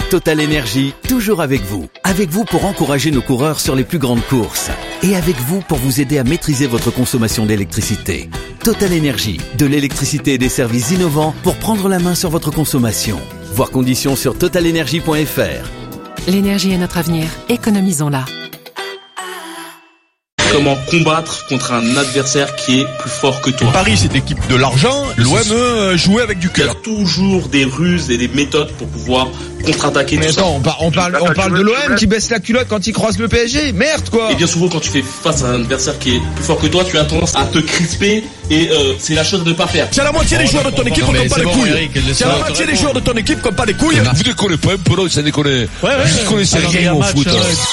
Total Énergie, toujours avec vous. Avec vous pour encourager nos coureurs sur les plus grandes courses. Et avec vous pour vous aider à maîtriser votre consommation d'électricité. Total Énergie, de l'électricité et des services innovants pour prendre la main sur votre consommation. Voir conditions sur totalenergie.fr. L'énergie est notre avenir, économisons-la. Comment combattre contre un adversaire qui est plus fort que toi. Paris, c'est l'équipe de l'argent. L'OM jouait avec du cœur. Il y a toujours des ruses et des méthodes pour pouvoir contre-attaquer. Mais attends, on parle de l'OM qui baisse la culotte quand il croise le PSG. Merde, quoi. Et bien souvent, quand tu fais face à un adversaire qui est plus fort que toi, tu as tendance à te crisper et c'est la chose à ne pas faire. C'est la moitié des joueurs de ton équipe qui n'ont pas les couilles. C'est la moitié des joueurs de ton équipe qui n'ont pas les couilles. Vous déconnez pas un peu, là, ça déconne. Vous connaissez rien au foot.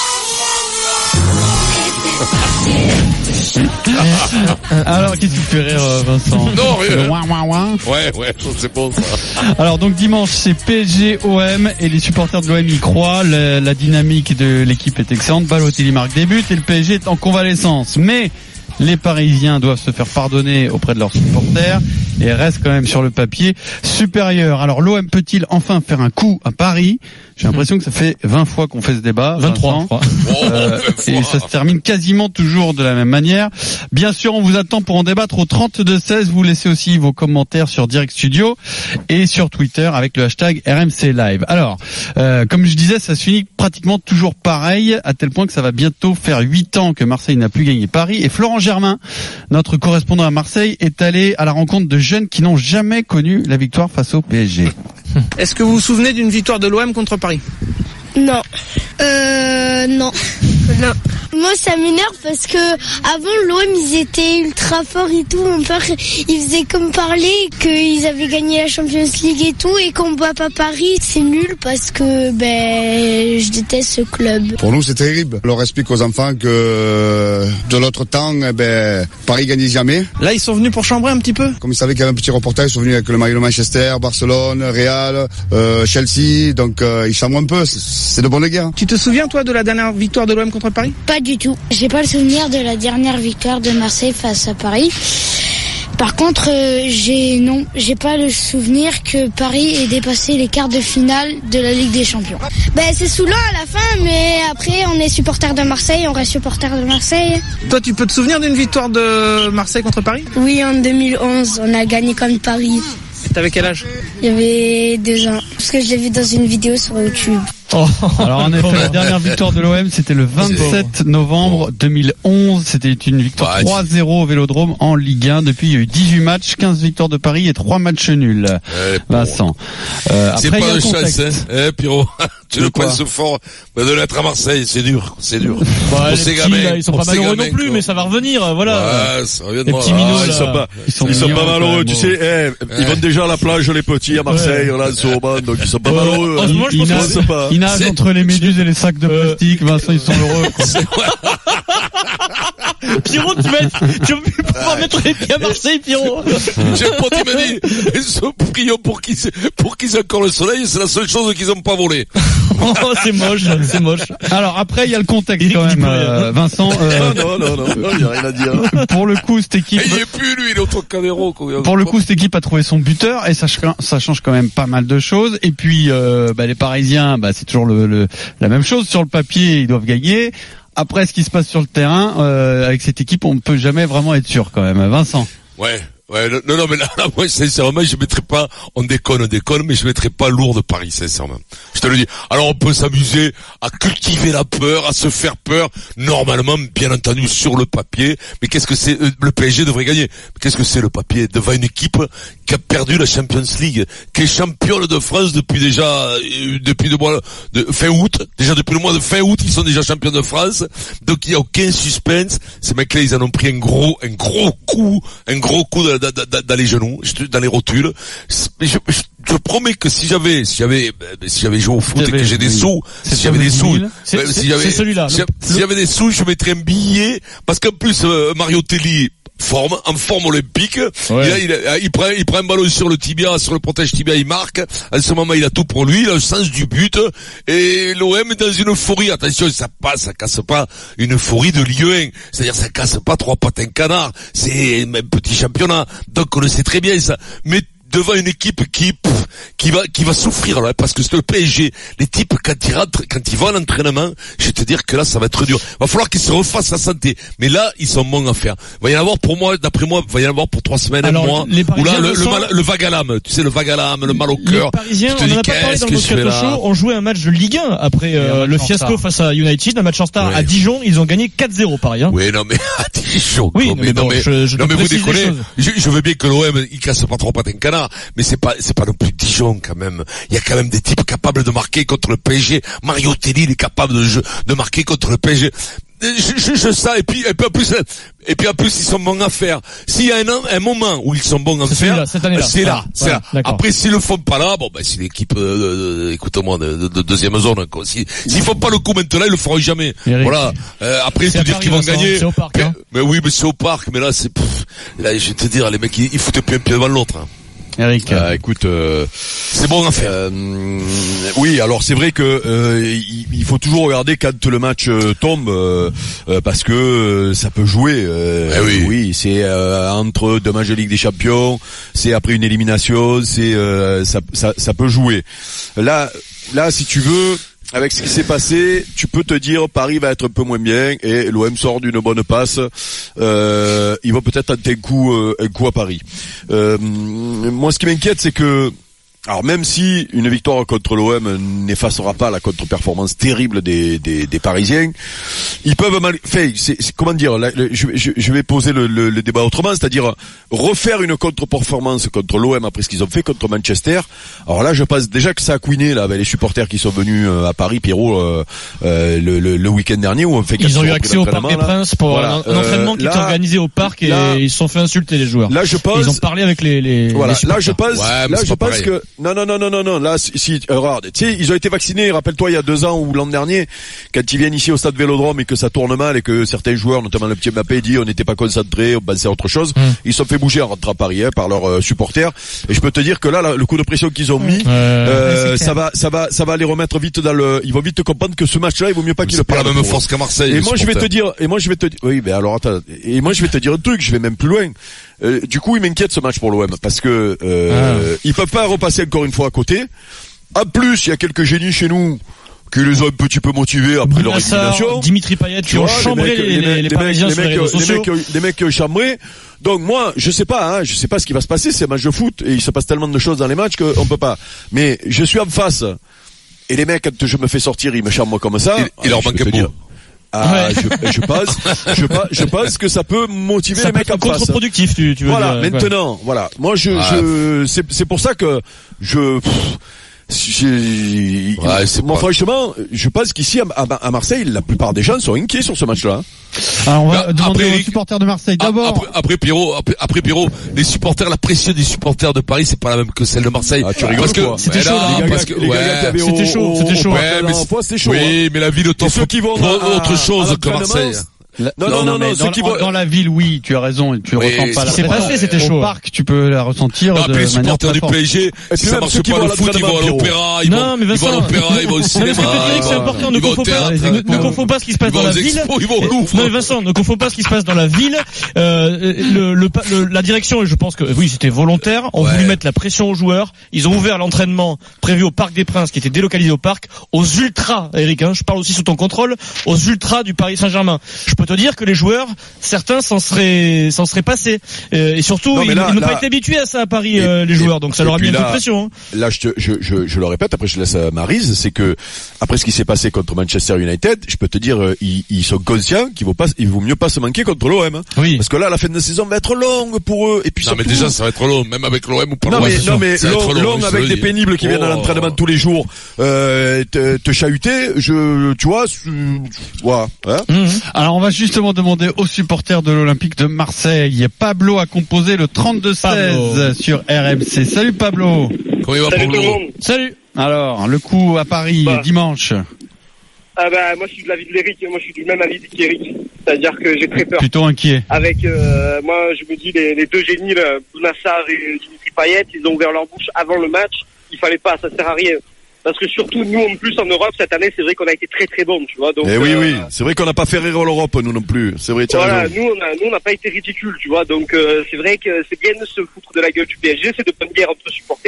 Alors, qu'est-ce qui te fait rire, Vincent? Non, rien. Le ouin, ouin, ouin. Ouais, c'est bon, ça. Alors, donc, dimanche, c'est PSG-OM et les supporters de l'OM y croient. La dynamique de l'équipe est excellente. Balotelli marque des buts et le PSG est en convalescence. Mais les Parisiens doivent se faire pardonner auprès de leurs supporters et restent quand même sur le papier supérieur. Alors, l'OM peut-il enfin faire un coup à Paris? J'ai l'impression que ça fait 20 fois qu'on fait ce débat. 23, je crois. Et ça se termine quasiment toujours de la même manière. Bien sûr, on vous attend pour en débattre au 32-16. Vous laissez aussi vos commentaires sur Direct Studio et sur Twitter avec le hashtag RMC Live. Alors, comme je disais, ça se finit pratiquement toujours pareil, à tel point que ça va bientôt faire 8 ans que Marseille n'a plus gagné Paris. Et Florent Germain, notre correspondant à Marseille, est allé à la rencontre de jeunes qui n'ont jamais connu la victoire face au PSG. Est-ce que vous vous souvenez d'une victoire de l'OM contre Paris? Non. Non. Moi, ça m'énerve parce que avant l'OM, ils étaient ultra forts et tout. Mon père, il faisait comme parler qu'ils avaient gagné la Champions League et tout. Et qu'on bat pas Paris, c'est nul parce que je déteste ce club. Pour nous, c'est terrible. On leur explique aux enfants que de l'autre temps, Paris gagnait jamais. Là, ils sont venus pour chambrer un petit peu. Comme ils savaient qu'il y avait un petit reportage, ils sont venus avec le maillot de Manchester, Barcelone, Real, Chelsea. Donc ils chambrent un peu. C'est de bonne guerre. Tu te souviens, toi, de la dernière victoire de l'OM contre Paris? Pas du tout. J'ai pas le souvenir de la dernière victoire de Marseille face à Paris. Par contre, j'ai pas le souvenir que Paris ait dépassé les quarts de finale de la Ligue des Champions. C'est saoulant à la fin, mais après on est supporter de Marseille, on reste supporter de Marseille. Toi, tu peux te souvenir d'une victoire de Marseille contre Paris? Oui, en 2011, on a gagné contre Paris. T'avais quel âge? Il y avait 2 ans, parce que je l'ai vu dans une vidéo sur YouTube. Alors en effet, la dernière victoire de l'OM, c'était le 27 novembre 2011. C'était une victoire 3-0 au Vélodrome en Ligue 1. Depuis, il y a eu 18 matchs, 15 victoires de Paris et 3 matchs nuls. Vincent. C'est après, pas de chance, hein, Pierrot. Tu le penses fort. De l'être à Marseille, c'est dur. Pour ces gamins. Ils sont pas malheureux non plus, mais ça va revenir, voilà. Ouais, ça reviendra. Les petits minots, ils sont pas malheureux, tu sais. Ils vont déjà à la plage, les petits, à Marseille, là, en ce moment, donc ils sont pas malheureux. Moi, je pense que pas. Ils nagent entre les méduses et les sacs de plastique. Vincent, ils sont heureux. Pierrot, tu veux pouvoir mettre les pieds à Marseille, Pierrot. J'ai pas dit, m'a dit, ils sont prions pour qu'ils aient encore le soleil, c'est la seule chose qu'ils ont pas volé. Oh, c'est moche. Alors après, il y a le contexte quand même, Vincent. Non, il y a rien à dire. Pour le coup, cette équipe. Il est plus, lui, il est au Trocadéro, quoi. Pour le coup, cette équipe a trouvé son buteur et ça change quand même pas mal de choses. Et puis, les Parisiens, c'est toujours la même chose. Sur le papier, ils doivent gagner. Après, ce qui se passe sur le terrain, avec cette équipe, on ne peut jamais vraiment être sûr quand même. Vincent. Ouais, non, mais là, moi, sincèrement, je mettrais pas, on déconne, mais je mettrais pas lourd de Paris, sincèrement. Je te le dis. Alors, on peut s'amuser à cultiver la peur, à se faire peur. Normalement, bien entendu, sur le papier. Mais qu'est-ce que c'est, le PSG devrait gagner. Mais qu'est-ce que c'est le papier? Devant une équipe qui a perdu la Champions League, qui est championne de France depuis le mois de fin août. Déjà, depuis le mois de fin août, ils sont déjà champions de France. Donc, il n'y a aucun suspense. Ces mecs-là, ils en ont pris un gros coup dans les genoux, dans les rotules. Je promets que si j'avais joué au foot et que j'ai des sous, si j'avais des sous, si j'avais des sous, je mettrais un billet, parce qu'en plus, Mario Telly, en forme olympique. Ouais. Il prend un ballon sur le tibia, sur le protège tibia, il marque. À ce moment, il a tout pour lui, il a le sens du but. Et l'OM est dans une euphorie. Attention, ça casse pas une euphorie de Ligue 1. C'est-à-dire, ça casse pas 3 pattes un canard. C'est un petit championnat. Donc, on le sait très bien, ça. Mais devant une équipe qui, qui va souffrir là, parce que c'est le PSG. Les types quand ils vont à l'entraînement, je vais te dire que là ça va être dur. Va falloir qu'ils se refassent la santé. Mais là ils sont bons à faire. Va y en avoir pour moi, d'après moi, va y en avoir pour 3 semaines, un mois. Ou là le vague à l'âme, tu sais le vague à l'âme, le mal au cœur. Les Parisiens, on en a pas parlé dans le Moscato Show, ont joué un match de Ligue 1 après le fiasco face à United, un match en star à Dijon, ils ont gagné 4-0 Paris. Oui, non mais à Dijon. Oui, mais non mais vous déconnez. Je veux bien que l'OM il casse pas trop patin canard, mais c'est pas non plus Dijon quand même. Il y a quand même des types capables de marquer contre le PSG. Mario Telli il est capable de marquer contre le PSG. Je ça et puis en plus ils sont bons à faire. S'il y a un moment où ils sont bons à faire, c'est là. Après s'ils le font pas là, bon ben c'est l'équipe écoute-moi de deuxième zone quoi. S'ils font pas le coup maintenant, ils le feront jamais. Eric. Voilà. Après te dire qu'ils vont gagner. C'est au parc, hein. Mais oui, mais c'est au parc, mais là là je vais te dire les mecs ils foutent plus un pied devant l'autre. Hein. Eric, écoute, c'est bon à faire. Oui, alors c'est vrai que il faut toujours regarder quand le match tombe, parce que ça peut jouer. Oui, c'est entre 2 matchs de Ligue des Champions, c'est après une élimination, c'est ça peut jouer. Là, si tu veux. Avec ce qui s'est passé, tu peux te dire Paris va être un peu moins bien et l'OM sort d'une bonne passe. Ils vont peut-être tenter un coup à Paris. Moi, ce qui m'inquiète, c'est que alors même si une victoire contre l'OM n'effacera pas la contre-performance terrible des Parisiens, ils peuvent comment dire, là, je vais poser le débat autrement, c'est-à-dire refaire une contre-performance contre l'OM après ce qu'ils ont fait contre Manchester. Alors là, je pense déjà que ça a couiné là avec les supporters qui sont venus à Paris, Pierrot, le week-end dernier où on fait ils ont eu accès au Parc des Princes pour un entraînement qui était organisé au parc et ils se sont fait insulter les joueurs. Là, je pense ils ont parlé avec les supporters. Là, je pense que non. Là, regarde, tu sais, ils ont été vaccinés. Rappelle-toi, il y a 2 ans ou l'an dernier, quand ils viennent ici au stade Vélodrome et que ça tourne mal et que certains joueurs, notamment le petit Mbappé, dit on n'était pas concentrés, on pensait à autre chose. Ils se sont fait bouger en rentrant à Paris par leurs supporters. Et je peux te dire que là, le coup de pression qu'ils ont mis, ça va les remettre vite ils vont vite comprendre que ce match-là, il vaut mieux pas qu'ils le perdent. C'est pas la même force qu'à Marseille. Et moi, je vais te dire, oui, mais alors attends. Et moi, je vais te dire un truc. Je vais même plus loin. Du coup, il m'inquiète ce match pour l'OM parce que ils peuvent pas repasser encore une fois à côté. En plus, il y a quelques génies chez nous qui les ont un petit peu motivés après leur élimination. Dimitri Payet qui ont chambré les Parisiens sur les réseaux sociaux. Les mecs qui ont chambré. Donc moi, je sais pas ce qui va se passer. C'est un match de foot et il se passe tellement de choses dans les matchs qu'on peut pas. Mais je suis en face et les mecs, quand je me fais sortir, ils me chambrent comme ça. Il leur manque un bout. Je pense que ça peut motiver les mecs en face. Contre-productif, tu veux voilà, dire. Maintenant, voilà. Moi, c'est pour ça que franchement, je pense qu'ici à Marseille, la plupart des gens sont inquiets sur ce match-là. Alors on va demander aux supporters de Marseille d'abord. Après Pierrot, les supporters, la pression des supporters de Paris, c'est pas la même que celle de Marseille. Tu rigoles quoi? C'était chaud là. C'était chaud. Ouais, mais c'était chaud. Oui, mais la ville autant ceux qui vont autre chose que Marseille. Non, dans la ville, oui, tu as raison, tu ressens pas la pression. C'est passé, c'était chaud. Au parc, tu peux la ressentir de manière très forte. Les supporters du PSG, si ça marche pas le foot, ils vont à l'opéra, ils vont à l'opéra, ils vont au cinéma. C'est important, ne confonds pas ce qui se passe dans la ville. Non, mais Vincent, ne confonds pas ce qui se passe dans la ville. La direction, et je pense que oui, c'était volontaire, ont voulu mettre la pression aux joueurs. Ils ont ouvert l'entraînement prévu au Parc des Princes, qui était délocalisé au parc, aux ultras, Eric, je parle aussi sous ton contrôle, aux ultras du Paris Saint-Germain. Je peux te dire que les joueurs, certains s'en seraient passés. Et surtout, ils n'ont pas été habitués à ça à Paris, les joueurs. Donc ça leur a mis un coup de pression. Là, je le répète, après je laisse Maryse, c'est que, après ce qui s'est passé contre Manchester United, je peux te dire, ils sont conscients qu'il vaut mieux pas se manquer contre l'OM. Oui. Parce que là, la fin de la saison va être longue pour eux. Et puis non, mais déjà, ça va être long, même avec l'OM ou pas l'OM. Non, mais long avec des pénibles qui viennent à l'entraînement tous les jours, te chahuter, tu vois, voilà. Alors, on va justement demander aux supporters de l'Olympique de Marseille. Pablo a composé le 32-16 sur RMC. Salut Pablo. Comment il va, Pablo? Salut. Alors, le coup à Paris, dimanche. Ah bah, moi je suis de l'avis de l'Eric, moi je suis du même avis qu'Eric. C'est-à-dire que j'ai très peur. Plutôt inquiet. Avec, moi je me dis, les deux génies, Bounassar et Dimitri Payet, ils ont ouvert leur bouche avant le match. Il fallait pas, ça sert à rien. Parce que surtout, nous, en plus, en Europe, cette année, c'est vrai qu'on a été très très bons, tu vois. Donc, oui. C'est vrai qu'on n'a pas fait rire l'Europe, nous non plus. C'est vrai, voilà, nous, on n'a pas été ridicules, tu vois. Donc, c'est vrai que c'est bien de se foutre de la gueule du PSG, c'est de bonne guerre entre supporters.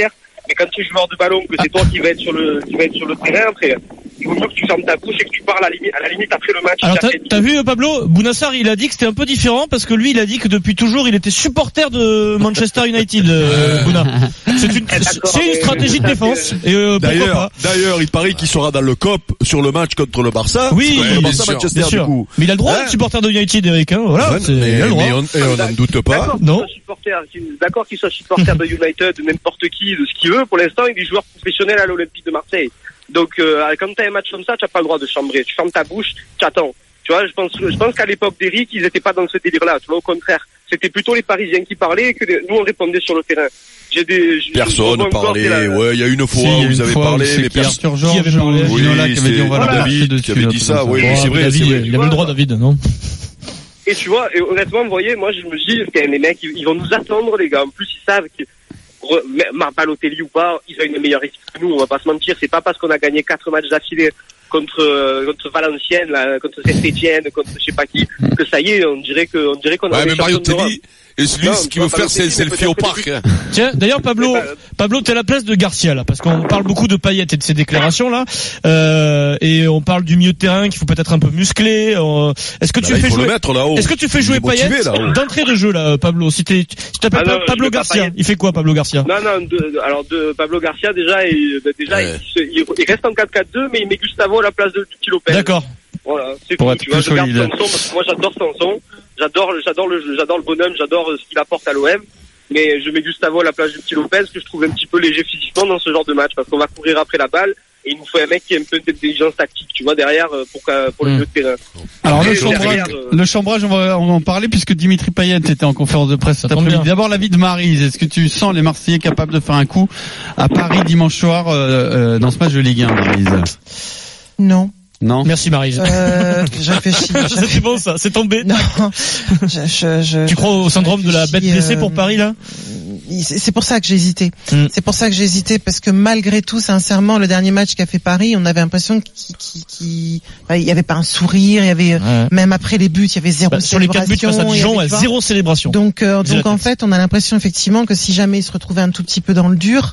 Mais quand tu es joueur de ballon, que c'est toi qui va être sur le terrain, après, il vaut mieux que tu fermes ta bouche et que tu parles à la limite après le match. Alors t'as vu Pablo, Bounassar il a dit que c'était un peu différent parce que lui il a dit que depuis toujours il était supporter de Manchester United. Bouna. C'est une stratégie de défense. Et d'ailleurs, il paraît qu'il sera dans le COP sur le match contre le Barça. Oui, le Barça Manchester du coup. Mais il a le droit d'être supporter de United, Eric. Hein, voilà, il a le droit. Mais on n'en doute pas. D'accord qu'il soit supporter de United, de n'importe qui, de ce qu'il veut. Pour l'instant, il est joueur professionnel à l'Olympique de Marseille. Donc quand t'as un match comme ça, tu n'as pas le droit de chambrer. Tu fermes ta bouche, tu attends. Tu vois, je pense qu'à l'époque d'Eric, ils n'étaient pas dans ce délire-là. Tu vois, au contraire, c'était plutôt les Parisiens qui parlaient et que nous on répondait sur le terrain. Personne ne parlait. Ouais, il y a une fois où vous avez parlé, mais personne. Qui avait parlé? Oui, c'est David qui avait dit ça. Oui, c'est vrai. Il avait le droit, David, non? Et tu vois, et honnêtement, vous voyez, moi je me dis, les mecs, ils vont nous attendre, les gars. En plus, ils savent que Balotelli ou pas, ils ont une meilleure équipe que nous. On va pas se mentir. C'est pas parce qu'on a gagné 4 matchs d'affilée contre Valenciennes, là, contre Saint-Etienne, contre je sais pas qui, que ça y est, on dirait qu'on a. Ouais, mais Mario Telly, et lui, ce qu'il veut faire, c'est le fier au parc. Tiens, d'ailleurs, Pablo, t'es à la place de Garcia, là, parce qu'on parle beaucoup de Payet et de ses déclarations, là, et on parle du milieu de terrain qu'il faut peut-être un peu muscler. Est-ce que tu fais jouer, est-ce que tu fais jouer Payet d'entrée de jeu, là, Pablo? Si t'appelles Pablo Garcia, il fait quoi, Pablo Garcia? Non, Pablo Garcia, déjà, il reste en 4-4-2, mais il met Gustavo à la place de petit Lopez. D'accord. Voilà, c'est tout. Tu vois, je garde Sanson parce que moi j'adore Sanson. J'adore le bonhomme, j'adore ce qu'il apporte à l'OM. Mais je mets Gustavo à la place du petit Lopez, que je trouve un petit peu léger physiquement dans ce genre de match, parce qu'on va courir après la balle, et il nous faut un mec qui a un peu d'intelligence tactique, tu vois, derrière, pour le milieu de terrain. Alors, le chambrage, on va en parler, puisque Dimitri Payet était en conférence de presse cet après-midi. D'abord, l'avis de Maryse. Est-ce que tu sens les Marseillais capables de faire un coup à Paris dimanche soir, dans ce match de Ligue 1, Maryse? Non. Non. Merci Maryse. Je réfléchis. C'est bon ça, c'est tombé. Non. Tu crois au syndrome de la bête blessée pour Paris là? C'est pour ça que j'ai hésité. C'est pour ça que j'ai hésité parce que malgré tout, sincèrement, le dernier match qu'a fait Paris, on avait l'impression qu'il y avait pas un sourire, il y avait même après les buts, il y avait zéro célébration. Sur les 4 buts face à Dijon, zéro célébration. Donc en fait, on a l'impression effectivement que si jamais il se retrouvait un tout petit peu dans le dur,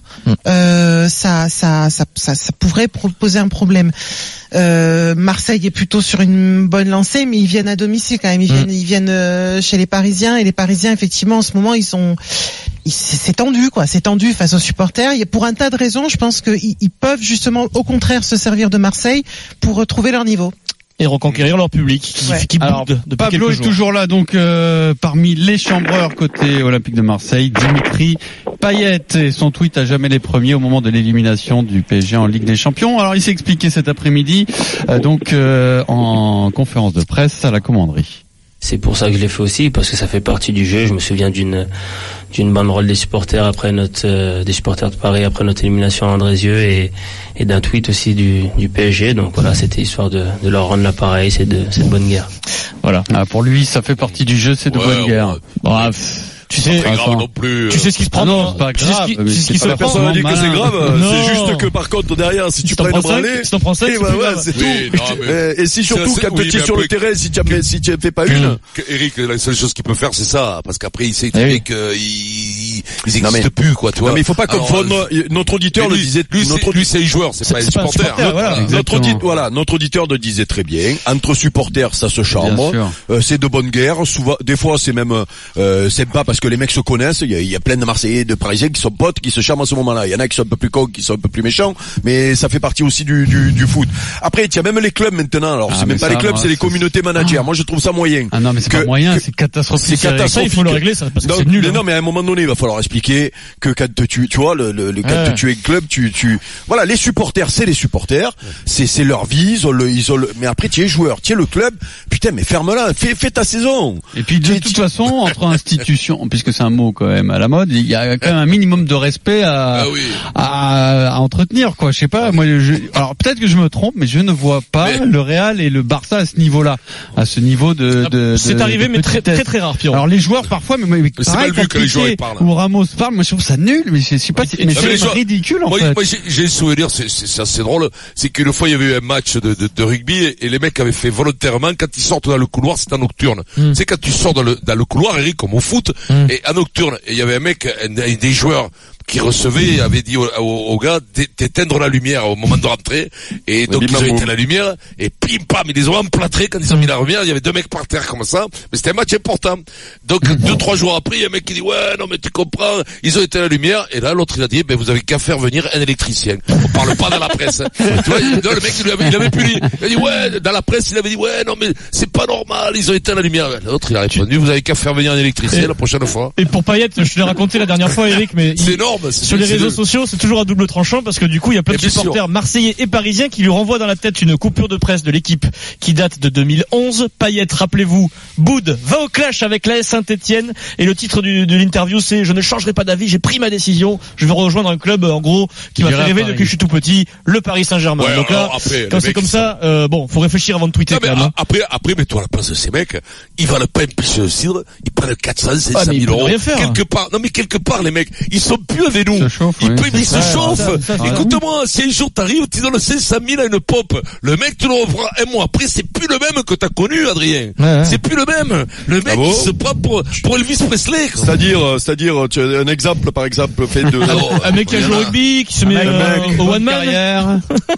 ça pourrait poser un problème. Marseille est plutôt sur une bonne lancée, mais ils viennent à domicile quand même. Ils viennent chez les Parisiens, et les Parisiens effectivement en ce moment c'est tendu quoi, c'est tendu face aux supporters. Il y a pour un tas de raisons, je pense qu'ils peuvent justement au contraire se servir de Marseille pour retrouver leur niveau. Et reconquérir leur public qui boude depuis Pablo quelques jours. Est toujours là donc parmi les chambreurs côté Olympique de Marseille. Dimitri Payet et son tweet à jamais les premiers au moment de l'élimination du PSG en Ligue des Champions. Alors il s'est expliqué cet après-midi en conférence de presse à la commanderie. C'est pour ça que je l'ai fait aussi, parce que ça fait partie du jeu. Je me souviens d'une banderole des supporters des supporters de Paris après notre élimination à Andrézieux et d'un tweet aussi du PSG. Donc voilà, c'était histoire de leur rendre l'appareil, c'est de bonne guerre. Voilà. pour lui, ça fait partie du jeu, c'est de bonne guerre. Bref. Tu sais, c'est grave non plus. Tu sais ce qui se prend. Non, c'est pas grave. Personne n'a dit que c'est grave. C'est juste que par contre derrière, si tu prends une branlée, c'est tout. Et si surtout quand tu es sur le terrain, si tu ne fais pas une. Eric, la seule chose qu'il peut faire, c'est ça, parce qu'après il sait que ils n'existent plus, quoi, tu vois. Mais il faut pas confondre. Notre auditeur le disait. Lui, c'est les joueurs, c'est pas les supporters. Notre auditeur le disait très bien. Entre supporters, ça se chambre. C'est de bonne guerre. Souvent, des fois, c'est même sympa parce que les mecs se connaissent. Il y a plein de Marseillais, de Parisiens qui sont potes, qui se chambrent à ce moment-là. Il y en a qui sont un peu plus cons, qui sont un peu plus méchants, mais ça fait partie aussi du foot. Après, il y a même les clubs maintenant. Alors, c'est même pas les clubs, c'est les communautés managers. Moi, je trouve ça moyen. Ah non, mais c'est pas moyen, c'est catastrophique. C'est catastrophique. Il faut le régler, ça, parce que c'est nul. Non, mais à un moment donné, il va falloir expliquer que quand tu vois, quand tu es club, voilà, les supporters, c'est les supporters. C'est leur vie, mais après, tu es joueur, tu es le club. Putain, mais ferme-la, fais ta saison. Et puis, de toute façon, entre institutions, puisque c'est un mot quand même à la mode, il y a quand même un minimum de respect à entretenir, quoi. Je sais pas, moi, alors peut-être que je me trompe, mais je ne vois pas le Real et le Barça à ce niveau-là, à ce niveau c'est arrivé, mais très très très rare, Pierrot. Alors les joueurs parfois, mais c'est mal vu que les joueurs parlent. Ou Ramos parle, moi je trouve ça nul, mais je sais pas, mais c'est ridicule en fait. Moi j'ai un souvenir, c'est assez drôle, c'est qu'une fois il y avait eu un match de rugby et les mecs avaient fait volontairement, quand ils sortent dans le couloir, c'est en nocturne. C'est quand tu sors dans le couloir, Eric, comme au foot, et en nocturne, et il y avait un mec, des joueurs, qui recevait avait dit au gars d'éteindre la lumière au moment de rentrer, et donc ils ont éteint la lumière, et pim pam, ils les ont emplâtrés quand ils ont mis la lumière, il y avait 2 mecs par terre comme ça, mais c'était un match important. Donc 2-3 jours après, il y a un mec qui dit ouais non mais tu comprends, ils ont éteint la lumière, et là l'autre il a dit ben vous avez qu'à faire venir un électricien. On parle pas dans la presse. Tu vois, le mec il avait plus dit, il a dit ouais, dans la presse il avait dit ouais non mais c'est pas normal, ils ont éteint la lumière. L'autre il a répondu vous avez qu'à faire venir un électricien la prochaine fois. Et pour Payet, je te l'ai raconté la dernière fois Eric, mais c'est énorme. Sur les réseaux sociaux, c'est toujours à double tranchant parce que du coup, il y a plein de supporters marseillais et parisiens qui lui renvoient dans la tête une coupure de presse de l'équipe qui date de 2011. Payet, rappelez-vous, boude, va au clash avec l'AS Saint-Etienne, et le titre de l'interview c'est je ne changerai pas d'avis, j'ai pris ma décision, je vais rejoindre un club en gros qui m'a fait rêver depuis que je suis tout petit, le Paris Saint-Germain. Ouais, donc là, après, quand c'est comme ça, bon, faut réfléchir avant de tweeter. Non, mais quand même, après, mets-toi à la place de ces mecs, ils valent pas un piche de cidre, ils prennent 400, 500 000 euros. Quelque part, les mecs, ils sont plus avec nous. Ils se chauffent. Écoute-moi, si un jour t'arrives, tu donnes 500 000 à une pop, le mec te le reprend un mois après, c'est plus le même que t'as connu, Adrien. C'est plus le même. Le mec, il se prend pour Elvis Presley. C'est-à-dire, tu as un exemple, par exemple, fait de... un mec qui a joué au rugby, qui se met au one man.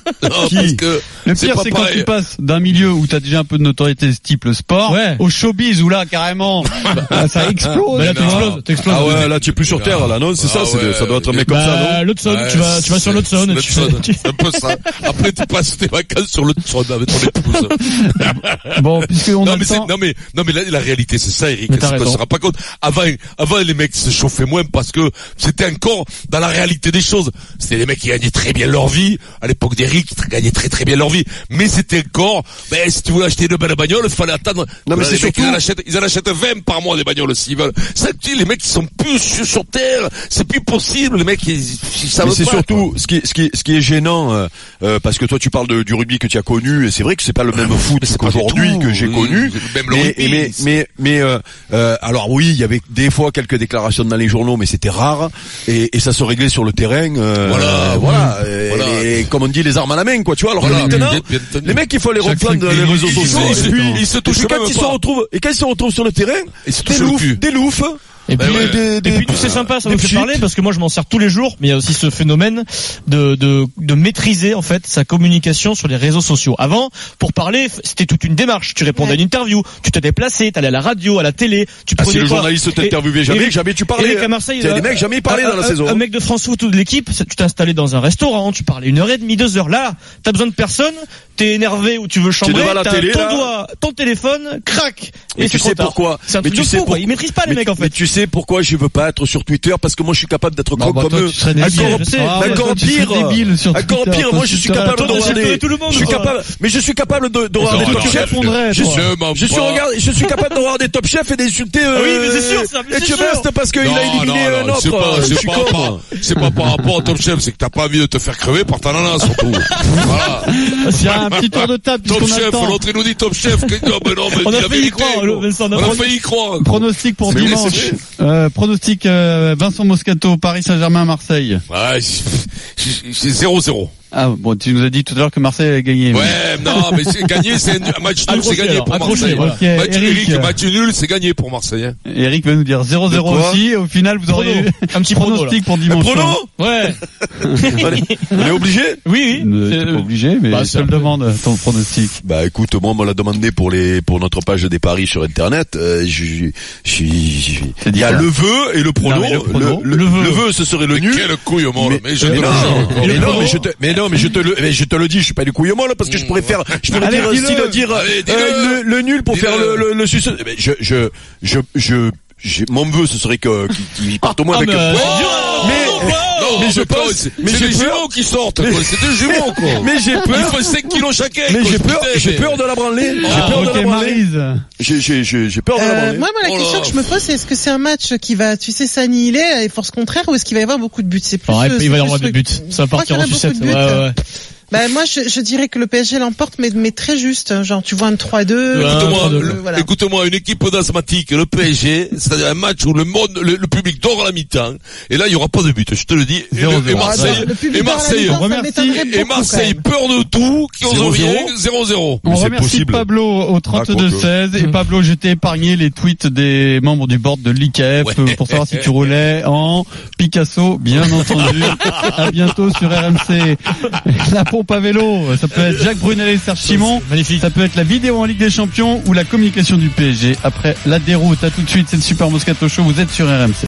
Le pire, c'est quand tu passes d'un milieu où t'as déjà un peu de notoriété, type le sport, au showbiz, où là, carrément, ça explose. Mais là, t'exploses. Ah ouais, là, tu es plus sur terre, là, non? C'est ça, ça doit être un mec comme ça, non? L'Hudson, tu vas sur l'Hudson. C'est un peu ça. Après, tu passes tes vacances sur l'Hudson avec ton épouse. Bon, puisqu'on a le temps. Non, mais la réalité, c'est ça, Eric. On se rend pas compte. Avant, les mecs se chauffaient moins parce que c'était encore dans la réalité des choses. C'était des mecs qui gagnaient très bien leur vie. À l'époque d'Eric, ils gagnaient très très bien leur vie. Mais c'était encore, si tu voulais acheter une belle bagnole, il fallait attendre. Non, mais c'est surtout, ils en achètent 20 par mois des bagnoles s'ils veulent. Ça, les mecs, ils sont plus sur terre. C'est plus possible. Les mecs, ils savent pas. Mais c'est surtout, ce qui est gênant, parce que toi, tu parles du rugby que tu as connu, et c'est vrai que c'est pas le même foot qu'aujourd'hui que j'ai connu. Mais alors oui, il y avait des fois quelques déclarations dans les journaux, mais c'était rare, et ça se réglait sur le terrain. Voilà. Et comme on dit, les armes à la main, quoi, tu vois. Alors que maintenant, les mecs, il faut les reprendre dans les réseaux sociaux. Et quand ils se retrouvent sur le terrain, des loufs. Et puis c'est sympa, ça nous fait parler parce que moi je m'en sers tous les jours, mais il y a aussi ce phénomène de maîtriser en fait sa communication sur les réseaux sociaux. Avant, pour parler, c'était toute une démarche. Tu répondais à une interview, tu te déplaçais, t'allais à la radio, à la télé, tu prenais si le journaliste t'interviewait jamais tu parlais. Eric à Marseille, il y a des mecs jamais parlaient dans la saison. Un mec de France Foot ou de l'équipe, tu t'es installé dans un restaurant, tu parlais 1h30, 2 heures. Là, t'as besoin de personne, t'es énervé ou tu veux chambrer, ton téléphone, crac. Et tu sais pourquoi? Mais tu sais pourquoi ils maîtrisent pas les mecs en fait. Tu sais pourquoi je veux pas être sur Twitter? Parce que moi je suis capable d'être comme eux. Encore pire, moi je suis capable de regarder. Je suis capable de regarder Top Chef. Je suis capable de regarder Top Chef et d'insulter. Oui, mais c'est sûr, ça. Et tu restes parce qu'il a éliminé un autre. C'est pas par rapport à Top Chef, c'est que t'as pas envie de te faire crever par ta nana surtout. Voilà. S'il y a un petit tour de table. Top Chef, l'autre il nous dit Top Chef. On a failli y croire, Vincent. On a failli y croire. Pronostic pour dimanche. Pronostic Vincent Moscato, Paris Saint-Germain, Marseille. Ouais, c'est 0-0. Ah bon, tu nous as dit tout à l'heure que Marseille a gagné. Ouais, non, mais gagner, c'est un match nul, c'est gagné pour Marseille. Okay. Match nul, c'est gagné pour Marseille. Eric va nous dire 0-0 aussi, et au final, vous aurez un petit pronostic pour dimanche. Prono? Ouais. On est obligé? Oui. T'es pas obligé, mais je te le demande, ton pronostic. Bah écoute, moi, on me l'a demandé pour notre page des paris sur Internet. Il y a le vœu et le prono. Le vœu, ce serait le nul. Quelle couille au monde, mais je te le dis, je suis pas du couille molle parce que je pourrais dire le nul pour faire le succès. Mon vœu, ce serait qu'il parte au moins avec un point. Mais je pense, c'est des jumeaux qui sortent, quoi. C'est des jumeaux, quoi. Mais j'ai peur. Il faut 5 kilos chacun. Mais j'ai peur de la branler. J'ai peur de la branler. Moi, la question que je me pose, c'est est-ce que c'est un match qui va, s'annihiler à force contraire ou est-ce qu'il va y avoir beaucoup de buts? C'est plus. Il va y avoir des buts. Ça va partir en sucette. Ouais. Bah moi je dirais que le PSG l'emporte mais très juste, genre tu vois un 3-2. Écoute-moi, écoute-moi, une équipe d'asthmatiques, le PSG, c'est-à-dire un match où le public dort à la mi-temps, et là il y aura pas de but, je te le dis. Et Marseille, peur de tout, qui ose rien, 0-0. On remercie Pablo au 32-16 et Pablo, je t'ai épargné les tweets des membres du board de l'IKF pour savoir si tu roulais en Picasso, bien entendu. À bientôt sur RMC. La pompe à vélo, ça peut être Jacques Brunel et Serge Simon. Magnifique. Ça peut être la vidéo en Ligue des Champions ou la communication du PSG. Après la déroute, à tout de suite, c'est le Super Moscato Show, vous êtes sur RMC.